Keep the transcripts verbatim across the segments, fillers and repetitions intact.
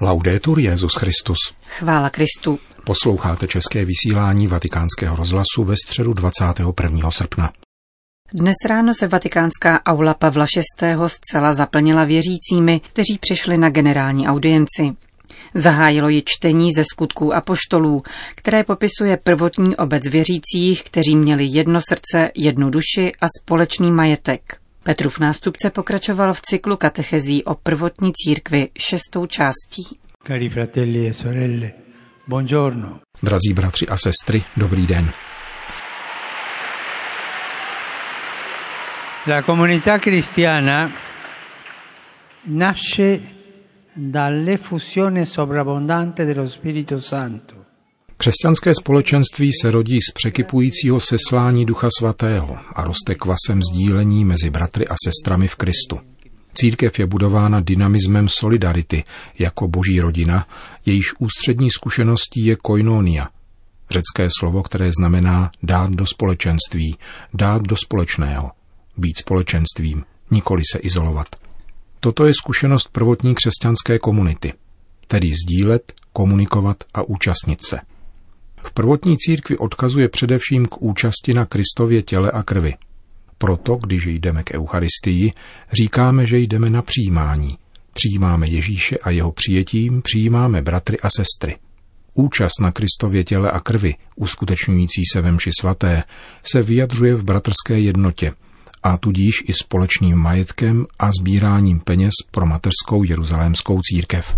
Laudetur Jesus Christus. Chvála Kristu. Posloucháte české vysílání Vatikánského rozhlasu ve středu dvacátého prvního srpna. Dnes ráno se vatikánská aula Pavla šestého zcela zaplnila věřícími, kteří přišli na generální audienci. Zahájilo ji čtení ze Skutků apoštolů, které popisuje prvotní obec věřících, kteří měli jedno srdce, jednu duši a společný majetek. Petrův nástupce pokračoval v cyklu katechezí o prvotní církvi šestou částí. Cari fratelli e sorelle, buongiorno. Drazí bratři a sestry, dobrý den. La comunità cristiana nasce dall'effusione sovrabbondante dello Spirito Santo. Křesťanské společenství se rodí z překypujícího seslání Ducha Svatého a roste kvasem sdílení mezi bratry a sestrami v Kristu. Církev je budována dynamismem solidarity jako boží rodina, jejíž ústřední zkušeností je koinonia, řecké slovo, které znamená dát do společenství, dát do společného, být společenstvím, nikoli se izolovat. Toto je zkušenost prvotní křesťanské komunity, tedy sdílet, komunikovat a účastnit se. V prvotní církvi odkazuje především k účasti na Kristově těle a krvi. Proto, když jdeme k Eucharistii, říkáme, že jdeme na přijímání. Přijímáme Ježíše a jeho přijetím přijímáme bratry a sestry. Účast na Kristově těle a krvi, uskutečňující se ve mši svaté, se vyjadřuje v bratrské jednotě a tudíž i společným majetkem a sbíráním peněz pro mateřskou jeruzalémskou církev.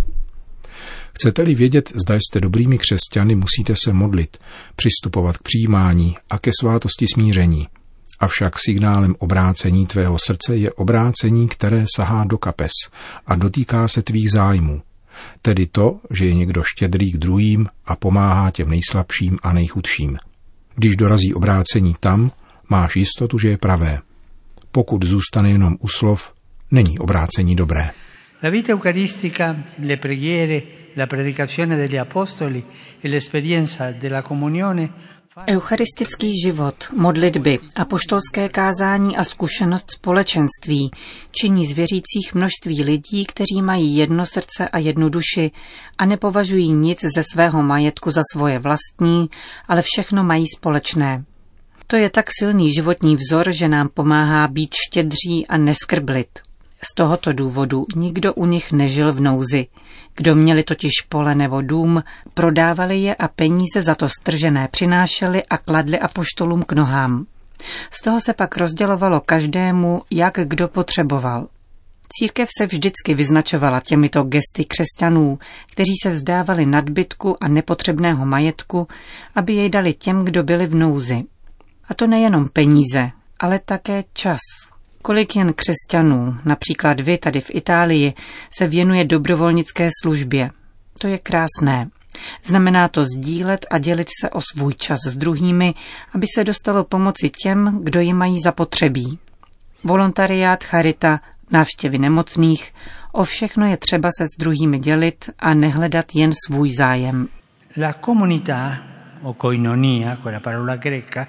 Chcete-li vědět, zda jste dobrými křesťany, musíte se modlit, přistupovat k přijímání a ke svátosti smíření. Avšak signálem obrácení tvého srdce je obrácení, které sahá do kapes a dotýká se tvých zájmů. Tedy to, že je někdo štědrý k druhým a pomáhá těm nejslabším a nejchudším. Když dorazí obrácení tam, máš jistotu, že je pravé. Pokud zůstane jenom u slov, není obrácení dobré. La vita eucaristica, le preghiere, la predicazione degli apostoli e l'esperienza della comunione. Eucharistický život, modlitby, apoštolské kázání a zkušenost společenství činí z věřících množství lidí, kteří mají jedno srdce a jednu duši a nepovažují nic ze svého majetku za svoje vlastní, ale všechno mají společné. To je tak silný životní vzor, že nám pomáhá být štědří a neskrblit. Z tohoto důvodu nikdo u nich nežil v nouzi. Kdo měli totiž pole nebo dům, prodávali je a peníze za to stržené přinášeli a kladli apoštolům k nohám. Z toho se pak rozdělovalo každému, jak kdo potřeboval. Církev se vždycky vyznačovala těmito gesty křesťanů, kteří se vzdávali nadbytku a nepotřebného majetku, aby jej dali těm, kdo byli v nouzi. A to nejenom peníze, ale také čas. Kolik jen křesťanů, například vy tady v Itálii, se věnuje dobrovolnické službě. To je krásné. Znamená to sdílet a dělit se o svůj čas s druhými, aby se dostalo pomoci těm, kdo ji mají zapotřebí. Volontariát, charita, návštěvy nemocných, o všechno je třeba se s druhými dělit a nehledat jen svůj zájem. La comunità, o koinonia, quella parola greca,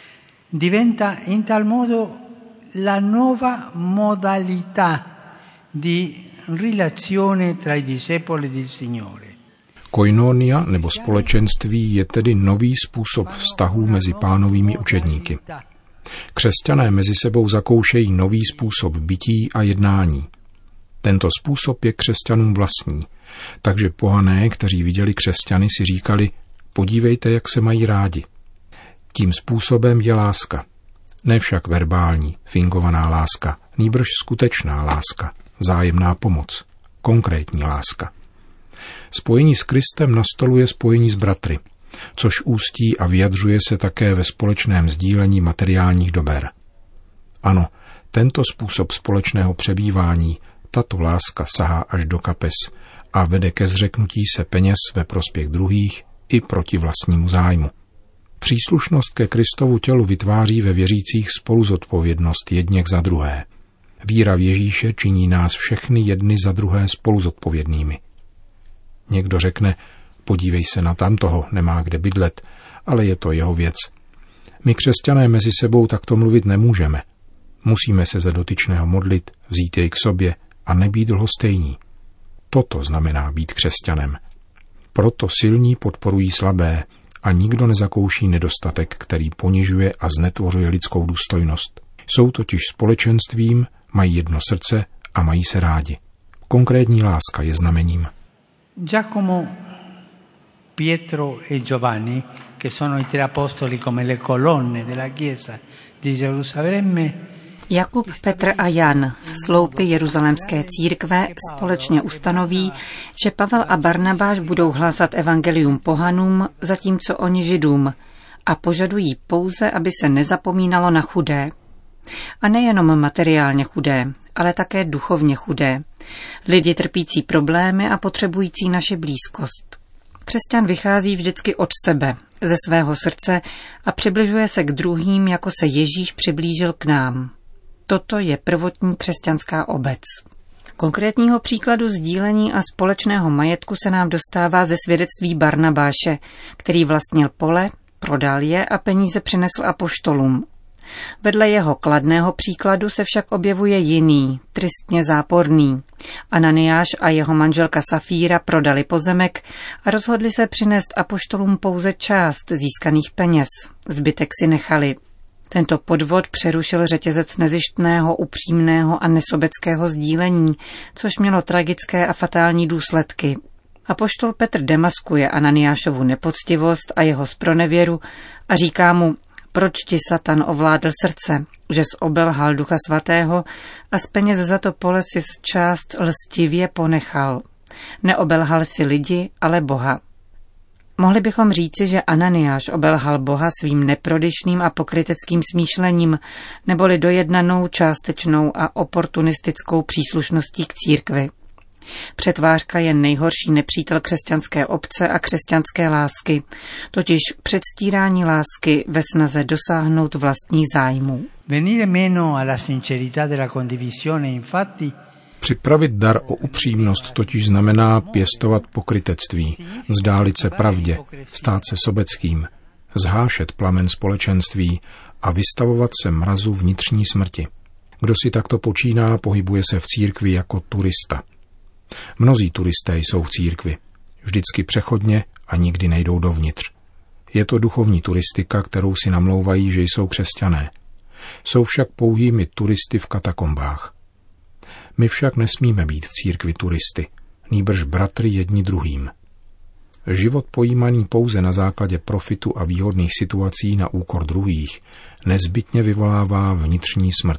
diventa in tal modo la nuova modalità di relazione tra i discepoli del Signore. Koinonia nebo společenství je tedy nový způsob vztahů mezi pánovými učedníky. Křesťané mezi sebou zakoušejí nový způsob bytí a jednání. Tento způsob je křesťanům vlastní, takže pohané, kteří viděli křesťany, si říkali, podívejte, jak se mají rádi. Tím způsobem je láska. Ne však verbální, fingovaná láska, nýbrž skutečná láska, vzájemná pomoc, konkrétní láska. Spojení s Kristem nastoluje spojení s bratry, což ústí a vyjadřuje se také ve společném sdílení materiálních dober. Ano, tento způsob společného přebývání, tato láska sahá až do kapes a vede ke zřeknutí se peněz ve prospěch druhých i proti vlastnímu zájmu. Příslušnost ke Kristovu tělu vytváří ve věřících spoluzodpovědnost jedněch za druhé. Víra v Ježíše činí nás všechny jedny za druhé spoluzodpovědnými. Někdo řekne, podívej se na tamtoho, nemá kde bydlet, ale je to jeho věc. My křesťané mezi sebou takto mluvit nemůžeme. Musíme se za dotyčného modlit, vzít jej k sobě a nebýt lhostejní. Toto znamená být křesťanem. Proto silní podporují slabé a nikdo nezakouší nedostatek, který ponižuje a znetvořuje lidskou důstojnost. Jsou totiž společenstvím, mají jedno srdce a mají se rádi. Konkrétní láska je znamením. Giacomo, Pietro e Giovanni, che sono i tre apostoli come le colonne della Chiesa di Gerusalemme, Jakub, Petr a Jan, sloupy jeruzalémské církve, společně ustanoví, že Pavel a Barnabáš budou hlásat evangelium pohanům, zatímco oni židům, a požadují pouze, aby se nezapomínalo na chudé. A nejenom materiálně chudé, ale také duchovně chudé. Lidi trpící problémy a potřebující naše blízkost. Křesťan vychází vždycky od sebe, ze svého srdce a přibližuje se k druhým, jako se Ježíš přiblížil k nám. Toto je prvotní křesťanská obec. Konkrétního příkladu sdílení a společného majetku se nám dostává ze svědectví Barnabáše, který vlastnil pole, prodal je a peníze přinesl apoštolům. Vedle jeho kladného příkladu se však objevuje jiný, tristně záporný. Ananiáš a jeho manželka Safíra prodali pozemek a rozhodli se přinést apoštolům pouze část získaných peněz. Zbytek si nechali. Tento podvod přerušil řetězec nezištného, upřímného a nesobeckého sdílení, což mělo tragické a fatální důsledky. Apoštol Petr demaskuje Ananiášovu nepoctivost a jeho zpronevěru a říká mu, proč ti Satan ovládl srdce, že obelhal Ducha Svatého a z peněz za to pole si z část lstivě ponechal. Neobelhal si lidi, ale Boha. Mohli bychom říci, že Ananiáš obelhal Boha svým neprodyšným a pokryteckým smýšlením, neboli dojednanou, částečnou a oportunistickou příslušností k církvi. Přetvářka je nejhorší nepřítel křesťanské obce a křesťanské lásky, totiž předstírání lásky ve snaze dosáhnout vlastních zájmů. Venire meno alla sincerità della condivisione, infatti, Připravit dar o upřímnost totiž znamená pěstovat pokrytectví, vzdálit se pravdě, stát se sobeckým, zhášet plamen společenství a vystavovat se mrazu vnitřní smrti. Kdo si takto počíná, pohybuje se v církvi jako turista. Mnozí turisté jsou v církvi, vždycky přechodně a nikdy nejdou dovnitř. Je to duchovní turistika, kterou si namlouvají, že jsou křesťané. Jsou však pouhými turisty v katakombách. My však nesmíme být v církvi turisty, nýbrž bratry jedni druhým. Život pojímaný pouze na základě profitu a výhodných situací na úkor druhých nezbytně vyvolává vnitřní smrt.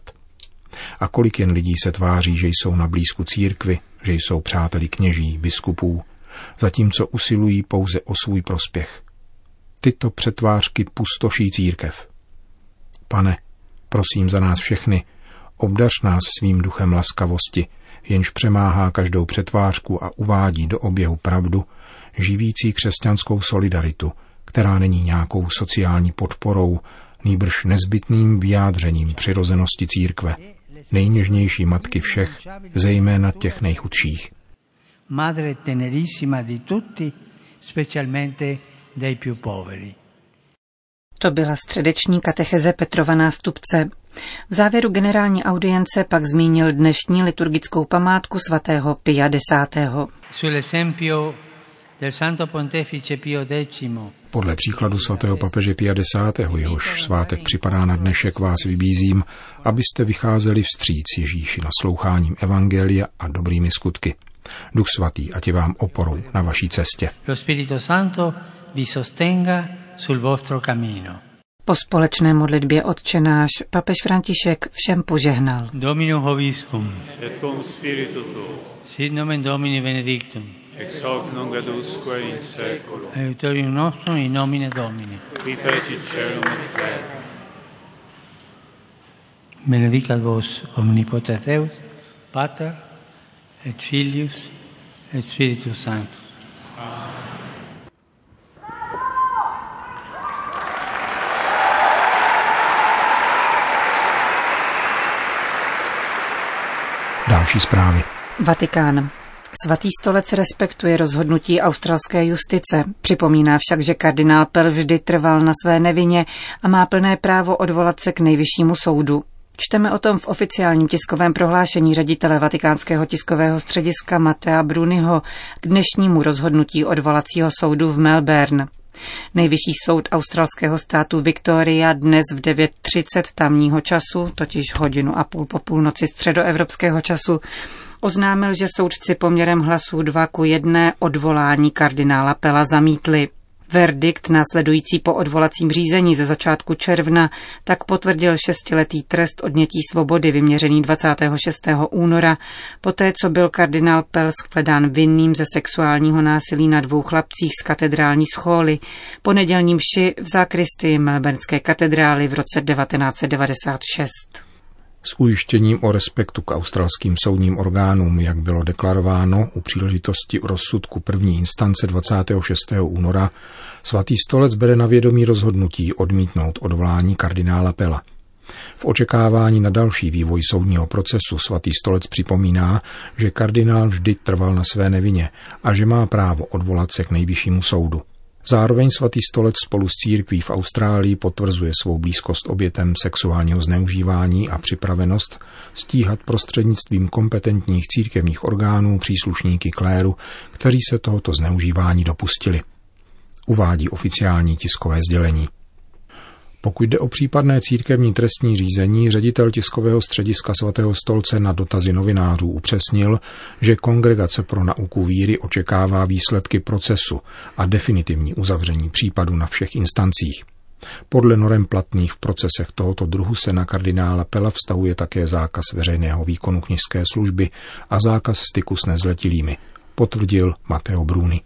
A kolik jen lidí se tváří, že jsou na blízku církvi, že jsou přáteli kněží, biskupů, zatímco usilují pouze o svůj prospěch. Tyto přetvářky pustoší církev. Pane, prosím za nás všechny, obdař nás svým duchem laskavosti, jenž přemáhá každou přetvářku a uvádí do oběhu pravdu, živící křesťanskou solidaritu, která není nějakou sociální podporou, nýbrž nezbytným vyjádřením přirozenosti církve, nejněžnější matky všech, zejména těch nejchudších. Madre tenerissima di tutti, specialmente dei più poveri. To byla středeční katecheze Petrova nástupce. V závěru generální audience pak zmínil dnešní liturgickou památku svatého Pia desátého. Podle příkladu svatého papeže Pia desátého, jehož svátek připadá na dnešek, vás vybízím, abyste vycházeli vstříc Ježíši nasloucháním evangelia a dobrými skutky. Duch svatý, ať je vám oporou na vaší cestě. Lo Spirito Santo vi sostenga sul vostro cammino. Po společné modlitbě Otče náš papež František všem požehnal. Dominum vobiscum. Et cum spiritu tuo. Sit nomen Domini benedictum. Ex hoc nunc et usque in saeculum. Aiutorium nostrum in nomine Domini. Qui fecit caelum et terra. Benedicat vos omnipotens Deus, Pater et Filius et Spiritus Sanctus. Další zprávy. Vatikán. Svatý stolec respektuje rozhodnutí australské justice, připomíná však, že kardinál Pell vždy trval na své nevině a má plné právo odvolat se k nejvyššímu soudu. Čteme o tom v oficiálním tiskovém prohlášení ředitele Vatikánského tiskového střediska Mattea Bruniho k dnešnímu rozhodnutí odvolacího soudu v Melbourne. Nejvyšší soud australského státu Victoria dnes v devět třicet tamního času, totiž hodinu a půl po půlnoci středoevropského času, oznámil, že soudci poměrem hlasů dva ku jedné odvolání kardinála Pella zamítli. Verdikt následující po odvolacím řízení ze začátku června tak potvrdil šestiletý trest odnětí svobody vyměřený dvacátého šestého února, poté co byl kardinál Pell shledán vinným ze sexuálního násilí na dvou chlapcích z katedrální schóly po nedělní mši v zákristii Melbournské katedrály v roce devatenáct set devadesát šest. S ujištěním o respektu k australským soudním orgánům, jak bylo deklarováno u příležitosti rozsudku první instance dvacátého šestého února, Svatý stolec bere na vědomí rozhodnutí odmítnout odvolání kardinála Pella. V očekávání na další vývoj soudního procesu Svatý stolec připomíná, že kardinál vždy trval na své nevině a že má právo odvolat se k nejvyššímu soudu. Zároveň Svatý stolec spolu s církví v Austrálii potvrzuje svou blízkost obětem sexuálního zneužívání a připravenost stíhat prostřednictvím kompetentních církevních orgánů příslušníky kléru, kteří se tohoto zneužívání dopustili. Uvádí oficiální tiskové sdělení. Pokud jde o případné církevní trestní řízení, ředitel tiskového střediska Svatého stolce na dotazy novinářů upřesnil, že Kongregace pro nauku víry očekává výsledky procesu a definitivní uzavření případu na všech instancích. Podle norem platných v procesech tohoto druhu se na kardinála Pella vztahuje také zákaz veřejného výkonu kněžské služby a zákaz styku s nezletilými, potvrdil Matteo Bruni.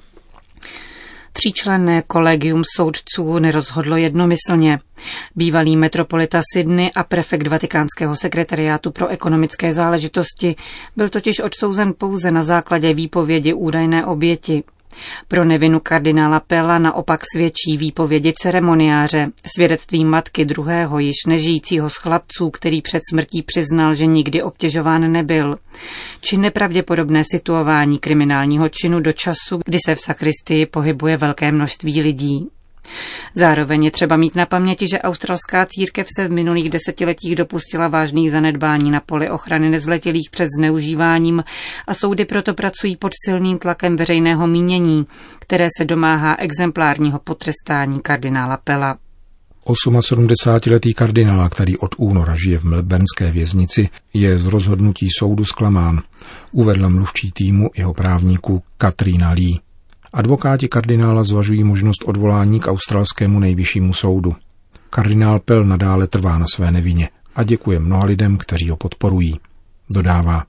Tříčlenné kolegium soudců nerozhodlo jednomyslně. Bývalý metropolita Sydney a prefekt Vatikánského sekretariátu pro ekonomické záležitosti byl totiž odsouzen pouze na základě výpovědi údajné oběti. Pro nevinu kardinála Pella naopak svědčí výpovědi ceremoniáře, svědectví matky druhého již nežijícího z chlapců, který před smrtí přiznal, že nikdy obtěžován nebyl, či nepravděpodobné situování kriminálního činu do času, kdy se v sakristii pohybuje velké množství lidí. Zároveň je třeba mít na paměti, že australská církev se v minulých desetiletích dopustila vážných zanedbání na poli ochrany nezletilých před zneužíváním a soudy proto pracují pod silným tlakem veřejného mínění, které se domáhá exemplárního potrestání kardinála Pella. sedmdesátiosmiletý kardinál, který od února žije v melbournské věznici, je z rozhodnutí soudu zklamán, uvedla mluvčí týmu jeho právníků Katrina Lee. Advokáti kardinála zvažují možnost odvolání k australskému nejvyššímu soudu. Kardinál Pell nadále trvá na své nevině a děkuje mnoha lidem, kteří ho podporují. Dodává.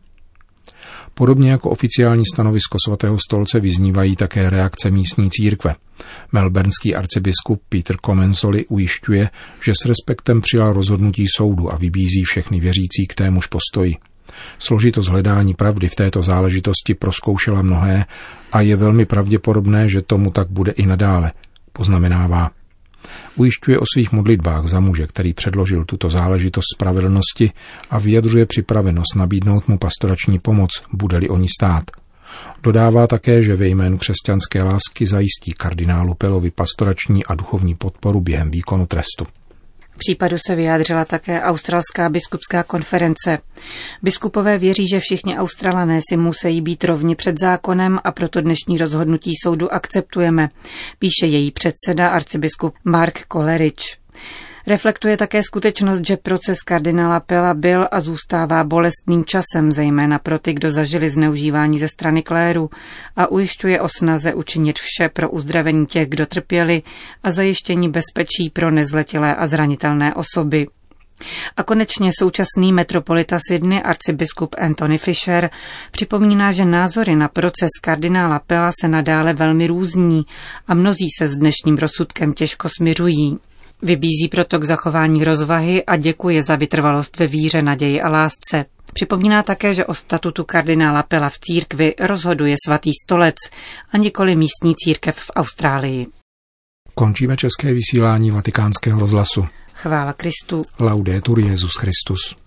Podobně jako oficiální stanovisko Svatého stolce vyznívají také reakce místní církve. Melbournský arcibiskup Peter Comensoli ujišťuje, že s respektem přijal rozhodnutí soudu a vybízí všechny věřící k témuž postoji. Složitost hledání pravdy v této záležitosti prozkoušela mnohé a je velmi pravděpodobné, že tomu tak bude i nadále, poznamenává. Ujišťuje o svých modlitbách za muže, který předložil tuto záležitost spravedlnosti a vyjadřuje připravenost nabídnout mu pastorační pomoc, bude-li o ní stát. Dodává také, že ve jménu křesťanské lásky zajistí kardinálu Pellovi pastorační a duchovní podporu během výkonu trestu. K případu se vyjádřila také Australská biskupská konference. Biskupové věří, že všichni Australané si musí být rovni před zákonem a proto dnešní rozhodnutí soudu akceptujeme, píše její předseda arcibiskup Mark Coleridge. Reflektuje také skutečnost, že proces kardinála Pella byl a zůstává bolestným časem, zejména pro ty, kdo zažili zneužívání ze strany kléru, a ujišťuje o snaze učinit vše pro uzdravení těch, kdo trpěli, a zajištění bezpečí pro nezletilé a zranitelné osoby. A konečně současný metropolita Sydney arcibiskup Anthony Fisher připomíná, že názory na proces kardinála Pella se nadále velmi různí a mnozí se s dnešním rozsudkem těžko smiřují. Vybízí proto k zachování rozvahy a děkuje za vytrvalost ve víře, naději a lásce. Připomíná také, že o statutu kardinála Pella v církvi rozhoduje Svatý stolec a nikoli místní církev v Austrálii. Končíme české vysílání Vatikánského rozhlasu. Chvála Kristu. Laudetur Jesus Christus.